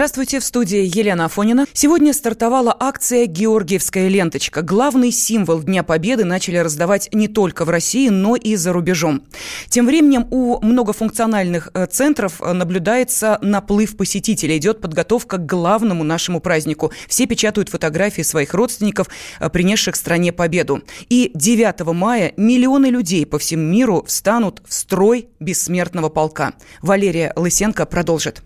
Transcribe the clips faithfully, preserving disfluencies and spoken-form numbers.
Здравствуйте, в студии Елена Афонина. Сегодня стартовала акция «Георгиевская ленточка». Главный символ Дня Победы начали раздавать не только в России, но и за рубежом. Тем временем у многофункциональных центров наблюдается наплыв посетителей. Идет подготовка к главному нашему празднику. Все печатают фотографии своих родственников, принесших стране победу. И девятого мая миллионы людей по всему миру встанут в строй бессмертного полка. Валерия Лысенко продолжит.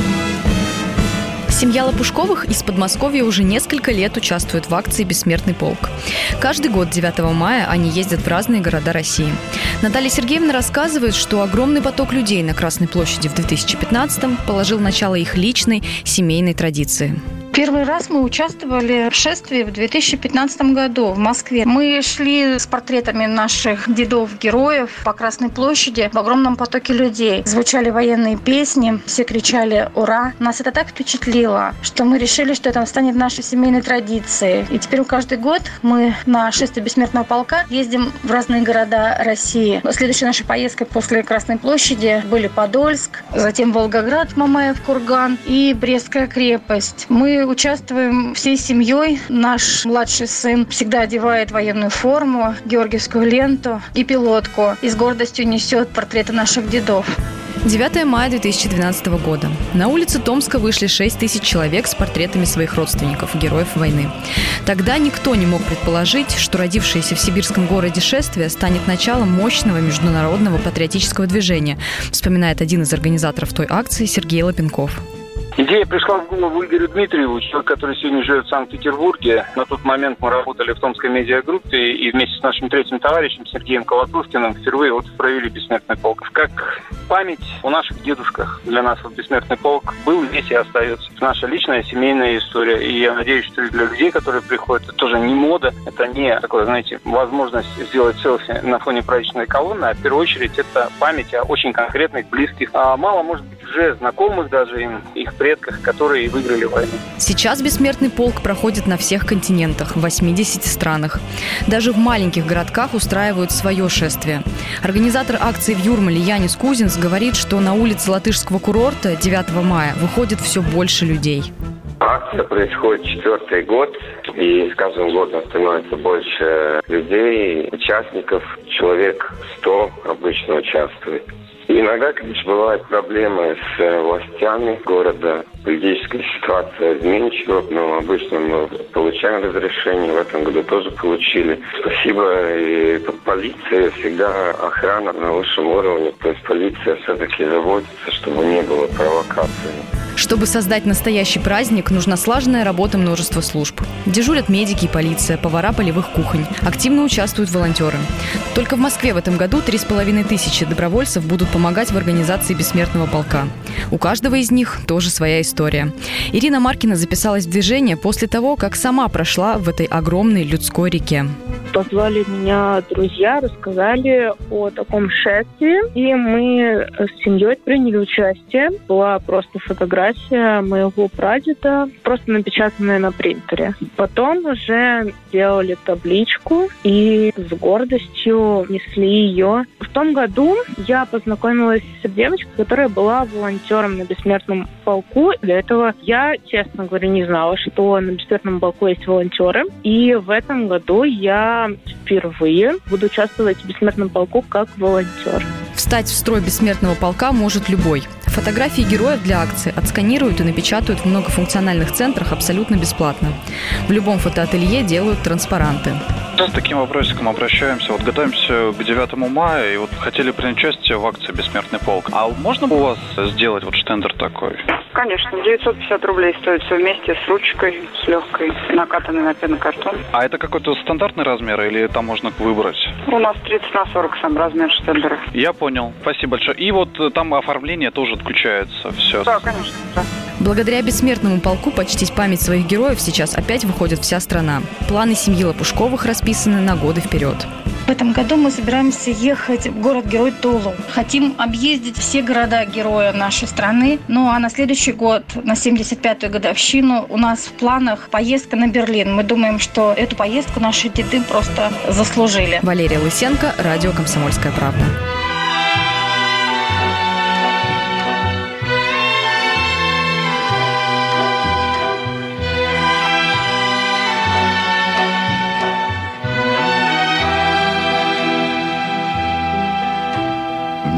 Семья Лопушковых из Подмосковья уже несколько лет участвует в акции «Бессмертный полк». Каждый год девятого мая они ездят в разные города России. Наталья Сергеевна рассказывает, что огромный поток людей на Красной площади в две тысячи пятнадцатом положил начало их личной семейной традиции. Первый раз мы участвовали в шествии в две тысячи пятнадцатом году в Москве. Мы шли с портретами наших дедов-героев по Красной площади в огромном потоке людей. Звучали военные песни, все кричали «Ура!». Нас это так впечатлило, что мы решили, что это станет нашей семейной традицией. И теперь каждый год мы на шествие Бессмертного полка ездим в разные города России. Следующей нашей поездкой после Красной площади были Подольск, затем Волгоград, Мамаев курган и Брестская крепость. Мы участвуем всей семьей. Наш младший сын всегда одевает военную форму, георгиевскую ленту и пилотку. И с гордостью несет портреты наших дедов. девятого мая две тысячи двенадцатого года. На улице Томска вышли шесть тысяч человек с портретами своих родственников, героев войны. Тогда никто не мог предположить, что родившееся в сибирском городе шествие станет началом мощного международного патриотического движения, вспоминает один из организаторов той акции Сергей Лопенков. Идея пришла в голову Игорю Дмитриеву, человек, который сегодня живет в Санкт-Петербурге. На тот момент мы работали в Томской медиагруппе и вместе с нашим третьим товарищем Сергеем Колотушкиным впервые вот провели Бессмертный полк. Как память о наших дедушках для нас вот Бессмертный полк был, есть и остается. Наша личная семейная история. И я надеюсь, что для людей, которые приходят, это тоже не мода, это не такое, знаете, возможность сделать селфи на фоне праздничной колонны, а в первую очередь это память о очень конкретных, близких, а мало, может быть, уже знакомых даже им, их предках, которые выиграли войну. Сейчас Бессмертный полк проходит на всех континентах, в восьмидесяти странах. Даже в маленьких городках устраивают свое шествие. Организатор акции в Юрмале Янис Кузинс говорит, что на улице латышского курорта девятого мая выходит все больше людей. Акция происходит четвертый год, и с каждым годом становится больше людей, участников. Человек сто обычно участвует. Иногда, конечно, бывают проблемы с властями города. Политическая ситуация изменчива, но обычно мы получаем разрешение. В этом году тоже получили. Спасибо и полиции. Всегда охрана на высшем уровне. То есть полиция все-таки заботится, чтобы не было провокаций. Чтобы создать настоящий праздник, нужна слаженная работа множества служб. Дежурят медики и полиция, повара полевых кухонь. Активно участвуют волонтеры. Только в Москве в этом году три с половиной тысячи добровольцев будут помогать в организации Бессмертного полка. У каждого из них тоже своя история. Ирина Маркина записалась в движение после того, как сама прошла в этой огромной людской реке. Позвали меня друзья, рассказали о таком шествии, и мы с семьей приняли участие. Была просто фотография моего прадеда, просто напечатанная на принтере. Потом уже сделали табличку и с гордостью несли ее. В том году я познакомилась с девочкой, которая была волонтером на Бессмертном полку. Для этого я, честно говоря, не знала, что на Бессмертном полку есть волонтеры. И в этом году я впервые буду участвовать в Бессмертном полку как волонтер. Встать в строй Бессмертного полка может любой. Фотографии героев для акции отсканируют и напечатают в многофункциональных центрах абсолютно бесплатно. В любом фотоателье делают транспаранты. С таким вопросиком обращаемся. Вот готовимся к девятому мая и вот хотели принять участие в акции «Бессмертный полк». А можно у вас сделать вот штендер такой? Конечно, девятьсот пятьдесят рублей стоит все вместе с ручкой, с легкой, накатанной на пенокартон. А это какой-то стандартный размер или там можно выбрать? У нас тридцать на сорок сам размер штендера. Я понял. Спасибо большое. И вот там оформление тоже отключается. Все. Да, конечно. Да. Благодаря Бессмертному полку почтить память своих героев сейчас опять выходит вся страна. Планы семьи Лопушковых расписаны на годы вперед. В этом году мы собираемся ехать в город-герой Тулу. Хотим объездить все города-героя нашей страны. Ну а на следующий год, на семьдесят пятую годовщину, у нас в планах поездка на Берлин. Мы думаем, что эту поездку наши деды просто заслужили. Валерия Лысенко, радио «Комсомольская правда».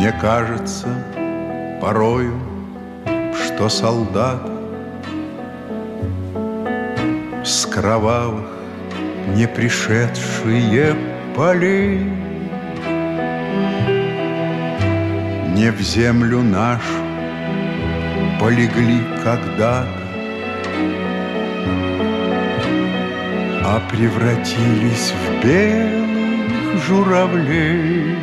Мне кажется порою, что солдат с кровавых не пришедшие полей не в землю нашу полегли когда-то, а превратились в белых журавлей.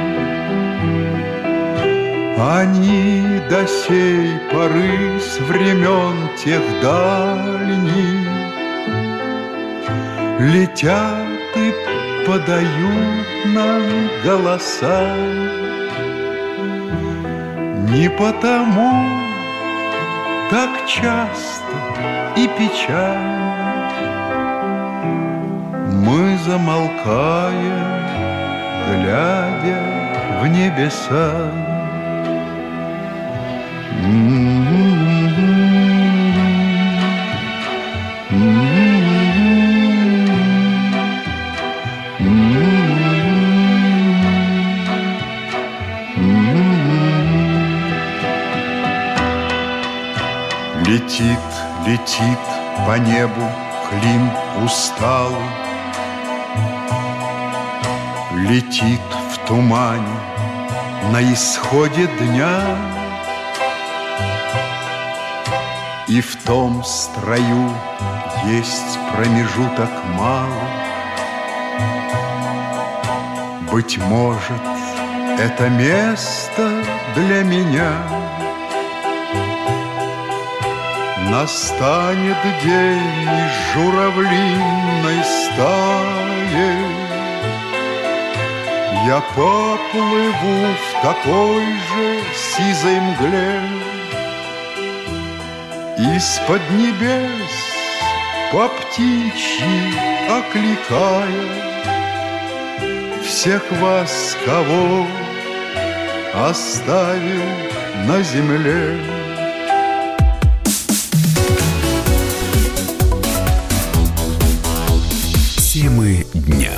Они до сей поры с времен тех дальних летят и подают нам голоса. Не потому так часто и печально мы замолкаем, глядя в небеса. Летит, летит по небу Клим усталый, летит в тумане на исходе дня. И в том строю есть промежуток малый. Быть может, это место для меня. Настанет день из журавлиной стаи, я поплыву в такой же сизой мгле. Из-под небес по птичьи окликая всех вас, кого оставил на земле. Темы дня.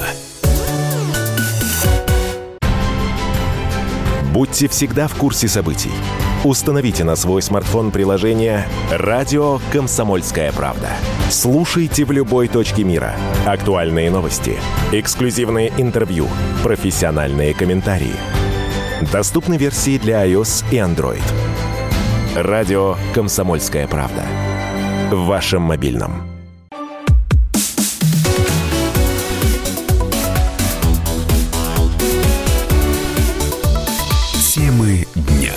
Будьте всегда в курсе событий. Установите на свой смартфон приложение «Радио Комсомольская правда». Слушайте в любой точке мира. Актуальные новости, эксклюзивные интервью, профессиональные комментарии. Доступны версии для iOS и Android. «Радио Комсомольская правда». В вашем мобильном. Темы дня.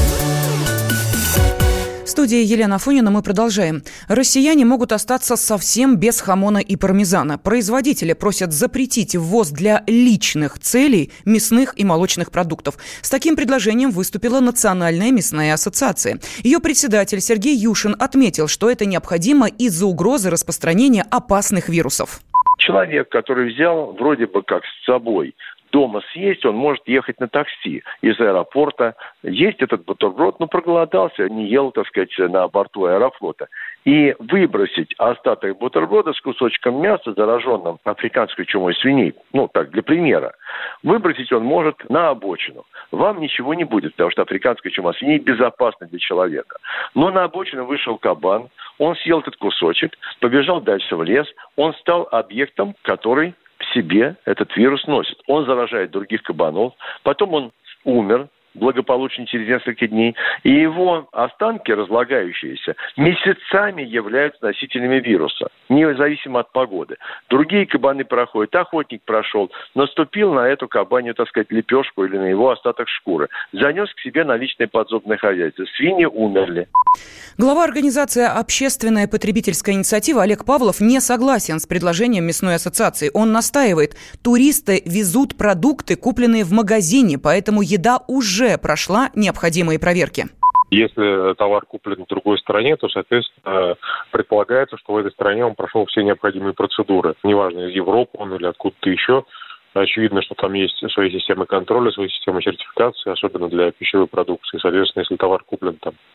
В студии Елена Афонина мы продолжаем. Россияне могут остаться совсем без хамона и пармезана. Производители просят запретить ввоз для личных целей мясных и молочных продуктов. С таким предложением выступила Национальная мясная ассоциация. Ее председатель Сергей Юшин отметил, что это необходимо из-за угрозы распространения опасных вирусов. Человек, который взял вроде бы как с собой дома съесть, он может ехать на такси из аэропорта, есть этот бутерброд, но проголодался, не ел, так сказать, на борту аэрофлота. И выбросить остаток бутерброда с кусочком мяса, зараженным африканской чумой свиней, ну так, для примера, выбросить он может на обочину. Вам ничего не будет, потому что африканская чума свиней безопасна для человека. Но на обочину вышел кабан, он съел этот кусочек, побежал дальше в лес, он стал объектом, который в себе этот вирус носит. Он заражает других кабанов, потом он умер благополучно через несколько дней, и его останки, разлагающиеся, месяцами являются носителями вируса, независимо от погоды. Другие кабаны проходят, охотник прошел, наступил на эту кабанью, так сказать, лепешку или на его остаток шкуры, занес к себе на личное подсобное хозяйство. Свиньи умерли. Глава организации «Общественная потребительская инициатива» Олег Павлов не согласен с предложением мясной ассоциации. Он настаивает, туристы везут продукты, купленные в магазине, поэтому еда уже прошла необходимые проверки. Если товар куплен в другой стране, то, соответственно, предполагается, что в этой стране он прошел все необходимые процедуры. Неважно, из Европы он или откуда-то еще. Очевидно, что там есть свои системы контроля, свои системы сертификации, особенно для пищевой продукции. Соответственно, если товар куплен там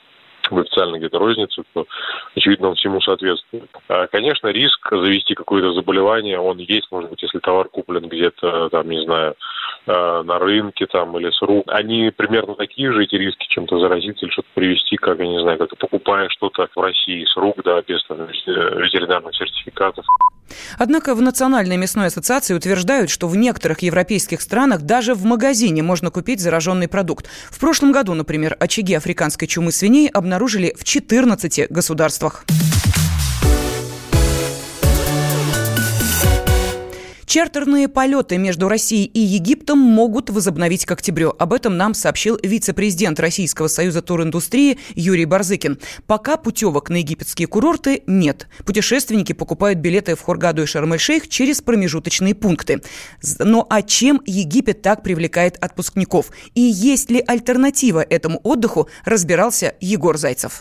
в официальной где-то рознице, то, очевидно, он всему соответствует. А, конечно, риск завести какое-то заболевание, он есть, может быть, если товар куплен где-то, там, не знаю, на рынке там или с рук. Они примерно такие же, эти риски, чем-то заразиться или что-то привезти, как, я не знаю, как ты покупаешь что-то в России с рук, да, без там, ветеринарных сертификатов. Однако в Национальной мясной ассоциации утверждают, что в некоторых европейских странах даже в магазине можно купить зараженный продукт. В прошлом году, например, очаги африканской чумы свиней обнаружили в четырнадцати государствах. Чартерные полеты между Россией и Египтом могут возобновить к октябрю. Об этом нам сообщил вице-президент Российского союза туриндустрии Юрий Барзыкин. Пока путевок на египетские курорты нет. Путешественники покупают билеты в Хургаду и Шарм-эль-Шейх через промежуточные пункты. Но а чем Египет так привлекает отпускников? И есть ли альтернатива этому отдыху, разбирался Егор Зайцев.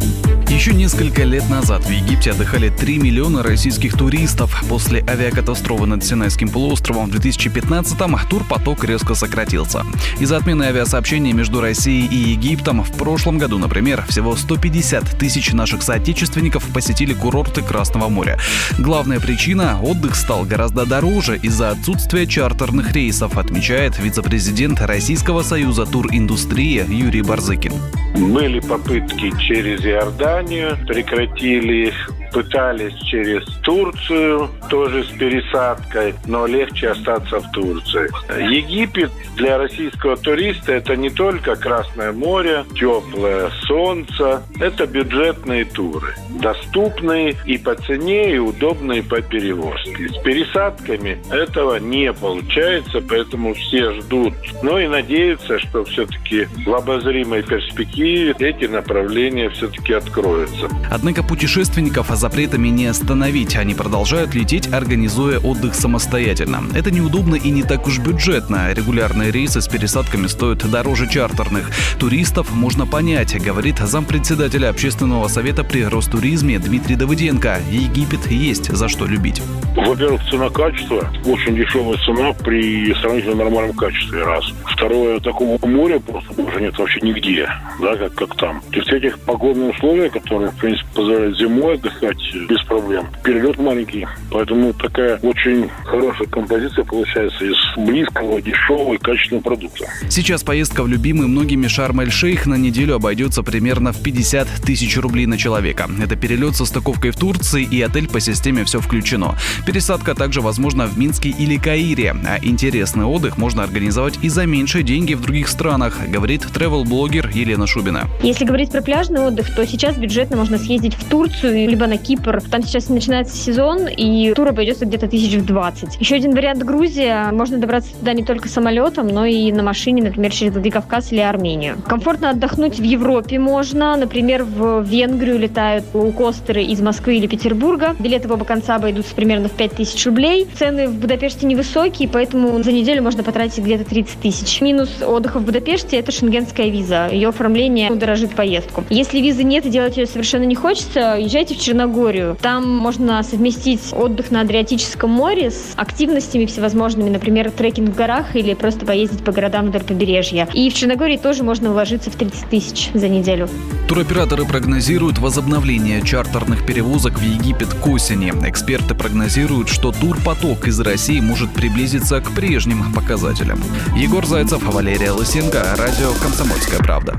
Еще несколько лет назад в Египте отдыхали три миллиона российских туристов. После авиакатастрофы над Синайским полуостровом в две тысячи пятнадцатом турпоток резко сократился. Из-за отмены авиасообщения между Россией и Египтом в прошлом году, например, всего сто пятьдесят тысяч наших соотечественников посетили курорты Красного моря. Главная причина – отдых стал гораздо дороже из-за отсутствия чартерных рейсов, отмечает вице-президент Российского союза туриндустрии Юрий Барзыкин. Были попытки через Иорданию, прекратили, пытались через Турцию, тоже с пересадкой, но легче остаться в Турции. Египет для российского туриста это не только Красное море, теплое солнце, это бюджетные туры, доступные и по цене, и удобные по перевозке. С пересадками этого не получается, поэтому все ждут, но и надеются, что все-таки в обозримой перспективе эти направления все-таки откроются. Однако путешественников запретами не остановить. Они продолжают лететь, организуя отдых самостоятельно. Это неудобно и не так уж бюджетно. Регулярные рейсы с пересадками стоят дороже чартерных. Туристов можно понять, говорит зампредседателя Общественного совета при Ростуризме Дмитрий Давыденко. Египет есть за что любить. Во-первых, цена-качество. Очень дешевая цена при сравнительно нормальном качестве. Раз. Второе, такого моря просто уже нет вообще нигде, да, как, как там. И в этих погодных условиях, которые, в принципе, позволяют зимой отдыхать без проблем. Перелет маленький. Поэтому такая очень хорошая композиция получается из близкого, дешевого и качественного продукта. Сейчас поездка в любимый многими Шарм-эль-Шейх на неделю обойдется примерно в пятьдесят тысяч рублей на человека. Это перелет со стыковкой в Турции и отель по системе «Все включено». Пересадка также возможна в Минске или Каире. А интересный отдых можно организовать и за меньшие деньги в других странах, говорит travel-блогер Елена Шубина. Если говорить про пляжный отдых, то сейчас бюджетно можно съездить в Турцию, либо на Кипр. Там сейчас начинается сезон, и тур обойдется где-то тысяч в двадцать. Еще один вариант — Грузия. Можно добраться туда не только самолетом, но и на машине, например, через Владикавказ или Армению. Комфортно отдохнуть в Европе можно. Например, в Венгрию летают лоукостеры из Москвы или Петербурга. Билеты в оба конца обойдутся примерно в пять тысяч рублей. Цены в Будапеште невысокие, поэтому за неделю можно потратить где-то тридцать тысяч. Минус отдыха в Будапеште – это шенгенская виза. Ее оформление удорожит поездку. Если визы нет и делать ее совершенно не хочется, езжайте в Черногорию. Там можно совместить отдых на Адриатическом море с активностями всевозможными, например, трекинг в горах или просто поездить по городам вдоль побережья. И в Черногории тоже можно вложиться в тридцать тысяч за неделю. Туроператоры прогнозируют возобновление чартерных перевозок в Египет к осени. Эксперты прогнозируют, что турпоток из России может приблизиться к прежним показателям. Егор Зайцев, Валерия Лысенко, радио «Комсомольская правда».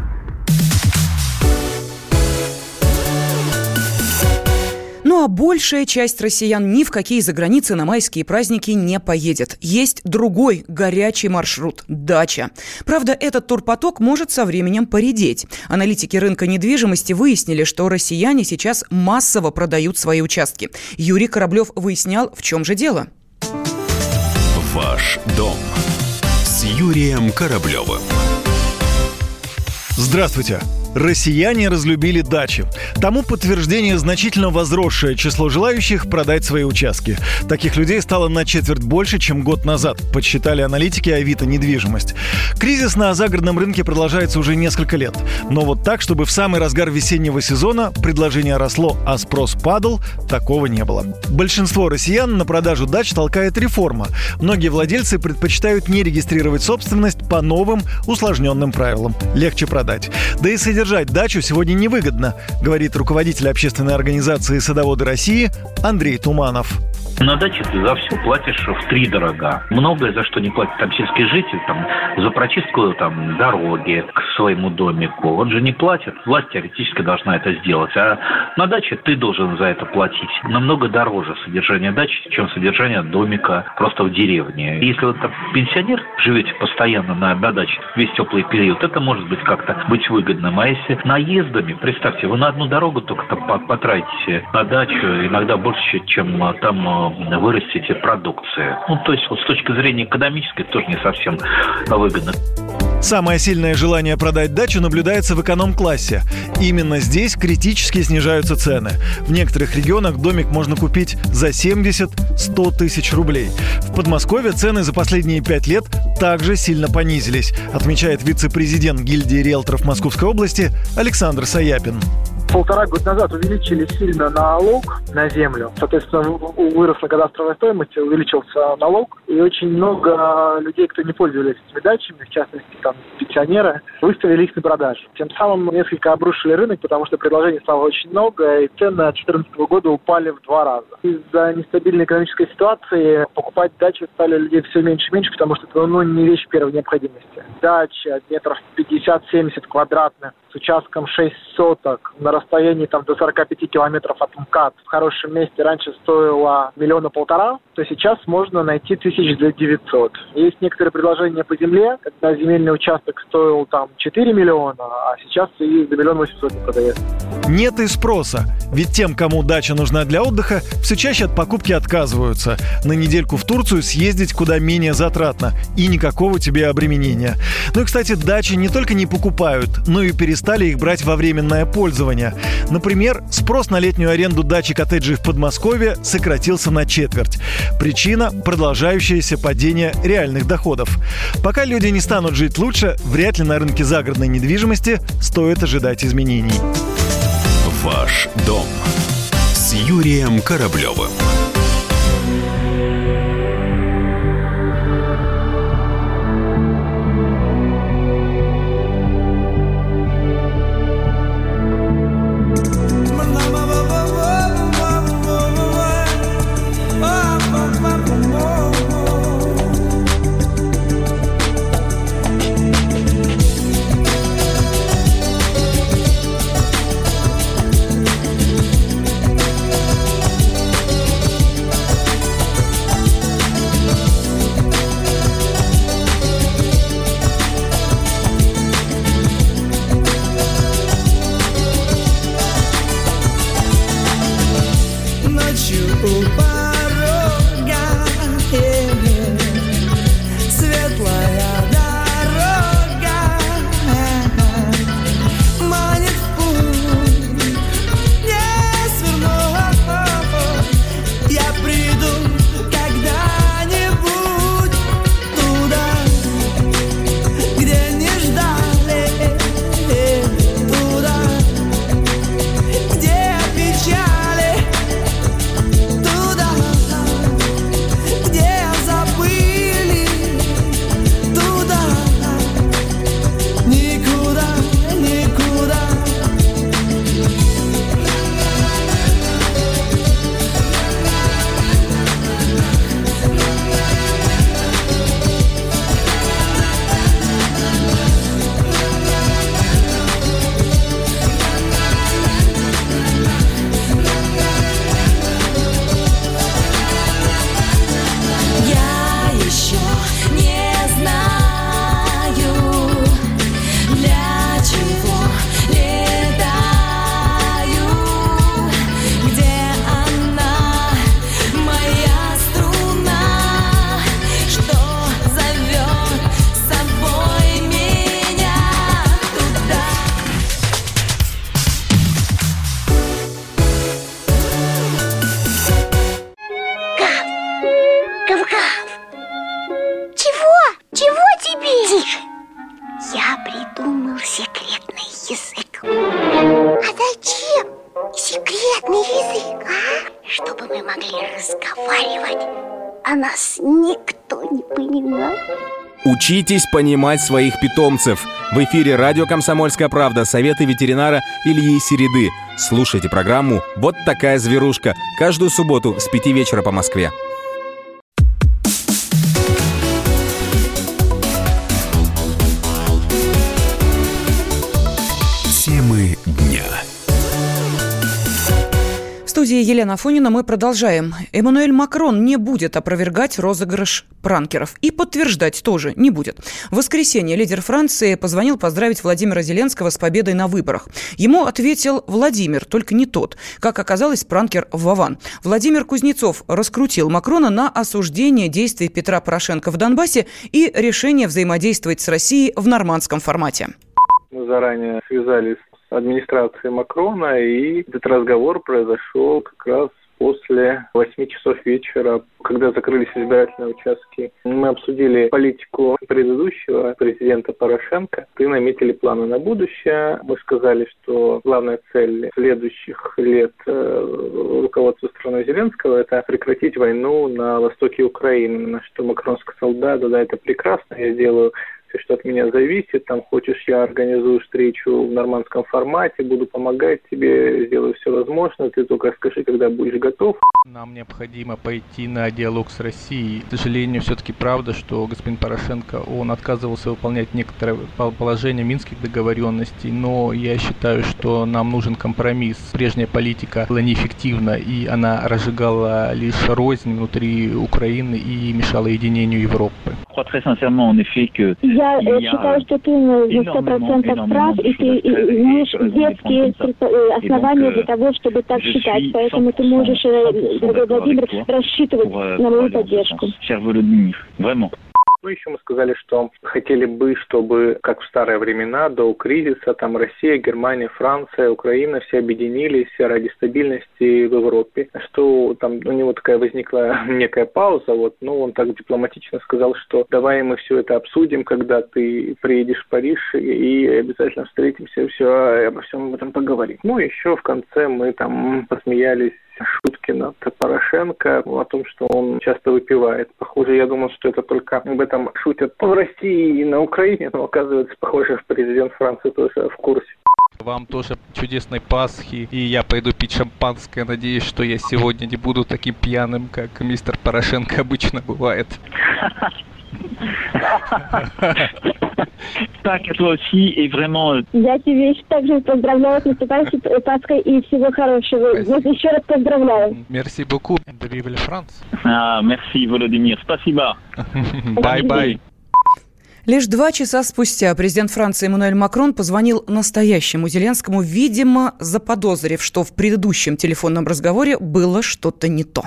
Ну а большая часть россиян ни в какие заграницы на майские праздники не поедет. Есть другой горячий маршрут – дача. Правда, этот турпоток может со временем поредеть. Аналитики рынка недвижимости выяснили, что россияне сейчас массово продают свои участки. Юрий Кораблев выяснял, в чем же дело. Ваш дом с Юрием Кораблевым. Здравствуйте. Россияне разлюбили дачи. Тому подтверждение значительно возросшее число желающих продать свои участки. Таких людей стало на четверть больше, чем год назад, подсчитали аналитики Авито недвижимость. Кризис на загородном рынке продолжается уже несколько лет. Но вот так, чтобы в самый разгар весеннего сезона предложение росло, а спрос падал, такого не было. Большинство россиян на продажу дач толкает реформа. Многие владельцы предпочитают не регистрировать собственность по новым усложненным правилам. Легче продать. Да и содержание содержать дачу сегодня невыгодно, говорит руководитель общественной организации «Садоводы России» Андрей Туманов. На даче ты за все платишь втридорога. Многое за что не платит там сельский житель, там, за прочистку там, дороги к своему домику. Он же не платит. Власть теоретически должна это сделать. А на даче ты должен за это платить. Намного дороже содержание дачи, чем содержание домика просто в деревне. Если вы там пенсионер, живете постоянно на, на даче весь теплый период, это может быть как-то быть выгодным. А если наездами, представьте, вы на одну дорогу только там потратите на дачу, иногда больше, чем там вырастите продукции. Ну, то есть вот с точки зрения экономической тоже не совсем выгодно. Самое сильное желание продать дачу наблюдается в эконом-классе. Именно здесь критически снижаются цены. В некоторых регионах домик можно купить за семьдесят-сто тысяч рублей. В Подмосковье цены за последние пять лет также сильно понизились, отмечает вице-президент гильдии риэлторов Московской области Александр Саяпин. Полтора года назад увеличили сильно налог на землю. Соответственно, выросла кадастровая стоимость, увеличился налог. И очень много людей, кто не пользовались этими дачами, в частности, там, пенсионеры, выставили их на продажу. Тем самым несколько обрушили рынок, потому что предложений стало очень много, и цены от две тысячи четырнадцатого года упали в два раза. Из-за нестабильной экономической ситуации покупать дачи стали людей все меньше и меньше, потому что это ну, не вещь первой необходимости. Дача метров пятьдесят-семьдесят квадратных с участком шесть соток на расстоянии там, до сорок пять километров от МКАД в хорошем месте раньше стоило миллиона полтора, то сейчас можно найти тысяч за девятьсот. Есть некоторые предложения по земле, когда земельный участок стоил там четыре миллиона, а сейчас и до миллиона восемьсот не продается. Нет и спроса, ведь тем, кому дача нужна для отдыха, все чаще от покупки отказываются. На недельку в Турцию съездить куда менее затратно и никакого тебе обременения. Ну и, кстати, дачи не только не покупают, но и перестали их брать во временное пользование. Например, спрос на летнюю аренду дачи коттеджей в Подмосковье сократился на четверть. Причина – продолжающееся падение реальных доходов. Пока люди не станут жить лучше, вряд ли на рынке загородной недвижимости стоит ожидать изменений. Ваш дом с Юрием Кораблевым. секретный язык, а? Чтобы мы могли разговаривать, а нас никто не понимал. Учитесь понимать своих питомцев. В эфире радио «Комсомольская правда». Советы ветеринара Ильи Середы. Слушайте программу «Вот такая зверушка» каждую субботу с пяти вечера по Москве. Темы дня. В студии Елена Афонина мы продолжаем. Эммануэль Макрон не будет опровергать розыгрыш пранкеров. И подтверждать тоже не будет. В воскресенье лидер Франции позвонил поздравить Владимира Зеленского с победой на выборах. Ему ответил Владимир, только не тот. Как оказалось, пранкер Вован. Владимир Кузнецов раскрутил Макрона на осуждение действий Петра Порошенко в Донбассе и решение взаимодействовать с Россией в нормандском формате. Мы заранее связались с администрацией Макрона, и этот разговор произошел как раз после восьми часов вечера, когда закрылись избирательные участки. Мы обсудили политику предыдущего президента Порошенко и наметили планы на будущее. Мы сказали, что главная цель следующих лет руководства страной Зеленского – это прекратить войну на востоке Украины. На что Макрон сказал: да, да, да, это прекрасно, я сделаю все, что от меня зависит. Там хочешь, я организую встречу в нормандском формате, буду помогать тебе, сделаю все возможное. Ты только скажи, когда будешь готов. Нам необходимо пойти на диалог с Россией. К сожалению, все-таки правда, что господин Порошенко, он отказывался выполнять некоторые положения минских договоренностей, но я считаю, что нам нужен компромисс. Прежняя политика была неэффективна, и она разжигала лишь рознь внутри Украины и мешала единению Европы. Я считаю, что ты на сто процентов прав, и ты имеешь детские основания для того, чтобы так считать. Поэтому ты можешь, дорогой Владимир, рассчитывать на мою поддержку. Ну, еще мы сказали, что хотели бы, чтобы, как в старые времена, до кризиса, там Россия, Германия, Франция, Украина все объединились ради стабильности в Европе. Что там у него такая возникла некая пауза, вот, ну, он так дипломатично сказал, что давай мы все это обсудим, когда ты приедешь в Париж, и обязательно встретимся, все, обо всем об этом поговорим. Ну, еще в конце мы там посмеялись, шутки над Порошенко о том, что он часто выпивает. Похоже, я думал, что это только об этом шутят в России и на Украине, но оказывается, похоже, президент Франции тоже в курсе. Вам тоже чудесной Пасхи, и я пойду пить шампанское. Надеюсь, что я сегодня не буду таким пьяным, как мистер Порошенко обычно бывает. Так, это aussi, и vraiment... Я тебя также поздравляю с наступающей Пасхой и всего хорошего. Вот еще раз поздравляю. Merci beaucoup. Vive la France. Ah, merci, Владимир. Спасибо. Bye-bye. Лишь два часа спустя президент Франции Эммануэль Макрон позвонил настоящему Зеленскому, видимо, заподозрив, что в предыдущем телефонном разговоре было что-то не то.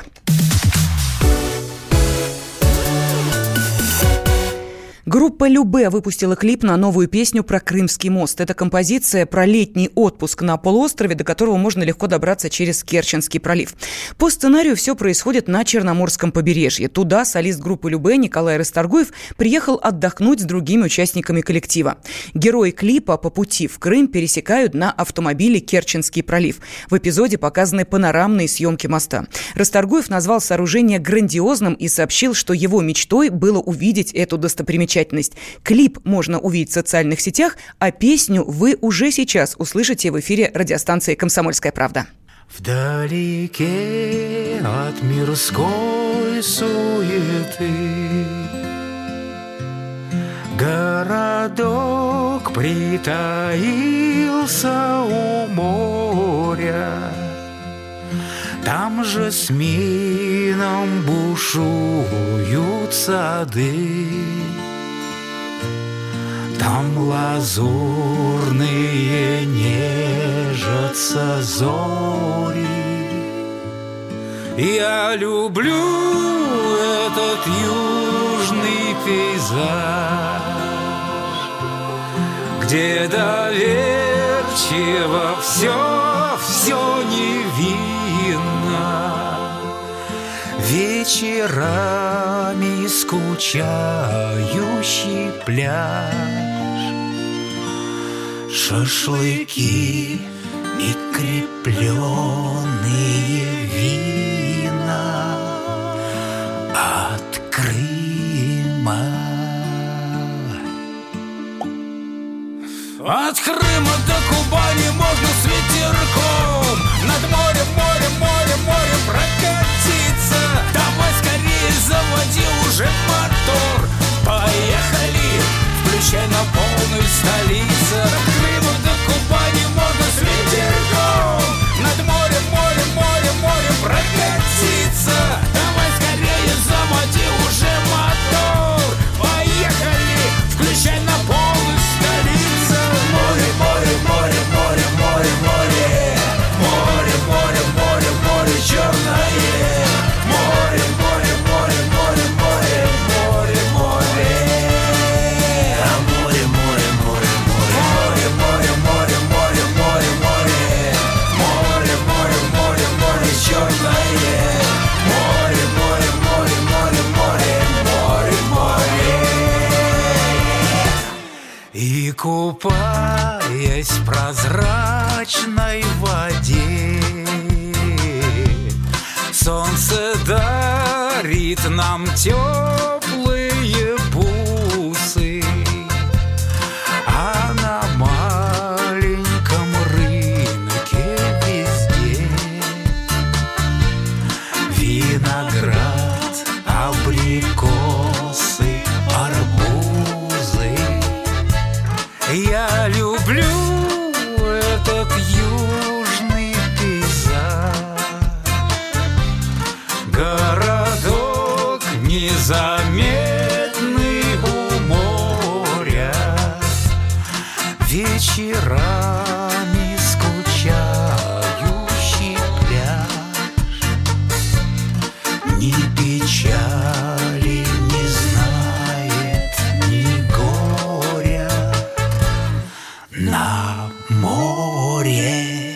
Группа «Любэ» выпустила клип на новую песню про Крымский мост. Это композиция про летний отпуск на полуострове, до которого можно легко добраться через Керченский пролив. По сценарию все происходит на Черноморском побережье. Туда солист группы «Любэ» Николай Расторгуев приехал отдохнуть с другими участниками коллектива. Герои клипа по пути в Крым пересекают на автомобиле Керченский пролив. В эпизоде показаны панорамные съемки моста. Расторгуев назвал сооружение грандиозным и сообщил, что его мечтой было увидеть эту достопримечательность. Клип можно увидеть в социальных сетях, а песню вы уже сейчас услышите в эфире радиостанции «Комсомольская правда». Вдалеке от мирской суеты городок притаился у моря. Там же с мином бушуют сады. Там лазурные нежатся зори. Я люблю этот южный пейзаж, где доверчиво все, все невинно. Вечерами скучающий пляж, шашлыки и крепленные вина от Крыма. От Крыма до Кубани можно с ветерком над морем, морем, морем, морем прокатиться. Давай скорее заводи уже мотор. Поехали, включай на полную столицу. От Крыма до Кубани можно с ветерком над морем, морем, морем, морем прокатиться. Давай скорее заводи уже мотор. Поехали, включай на полную столицу. Море, море, море, море, море, море. Море, море, море, море черное. Море, море, море, море, море, море, море. А море, море, море, море, море, море, море, море, море, море, море, море, море черное. Море, море, море, море, море, море, море. И купаясь в прозрачной воде, солнце дарит нам теплые бусы, а на маленьком рынке везде виноград, абрикосы, арбузы. Я люблю этот южный пейзаж. Городок незаметный у моря, вечерами скучающий пляж. Ни печали не знает, ни горя на море.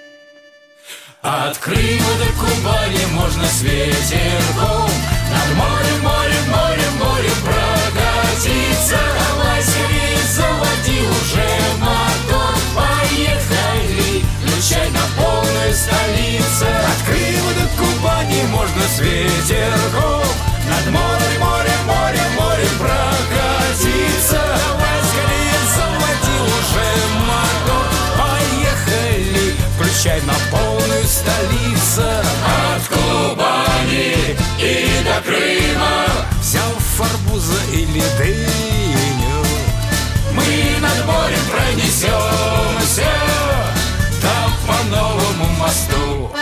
От Крыма до Кубани можно с ветерком над морем, морем, морем, морем прокатиться. Давай скорее заводи уже мотор. Поехали, включай на полную столицу. От Крыма до Кубани можно с ветерком над морем, морем, морем, морем прокатиться. Давай скорее заводи уже мотор. Поехали, включай на полную столицу. От Кубани и до Крыма, взяв арбуза или дыню, мы над морем пронесемся, там по новому мосту.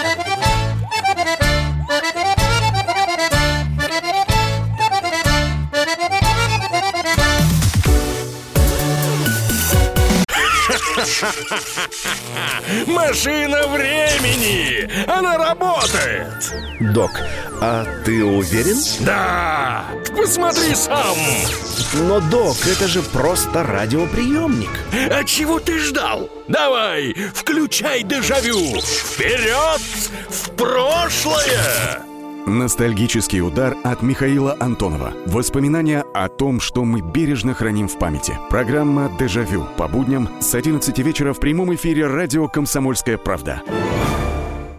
Машина времени! Она работает! Док, а ты уверен? Да! Посмотри сам! Но, док, это же просто радиоприемник. А чего ты ждал? Давай, включай дежавю! Вперед! В прошлое! Ностальгический удар от Михаила Антонова. Воспоминания о том, что мы бережно храним в памяти. Программа «Дежавю» по будням с одиннадцати вечера в прямом эфире радио «Комсомольская правда».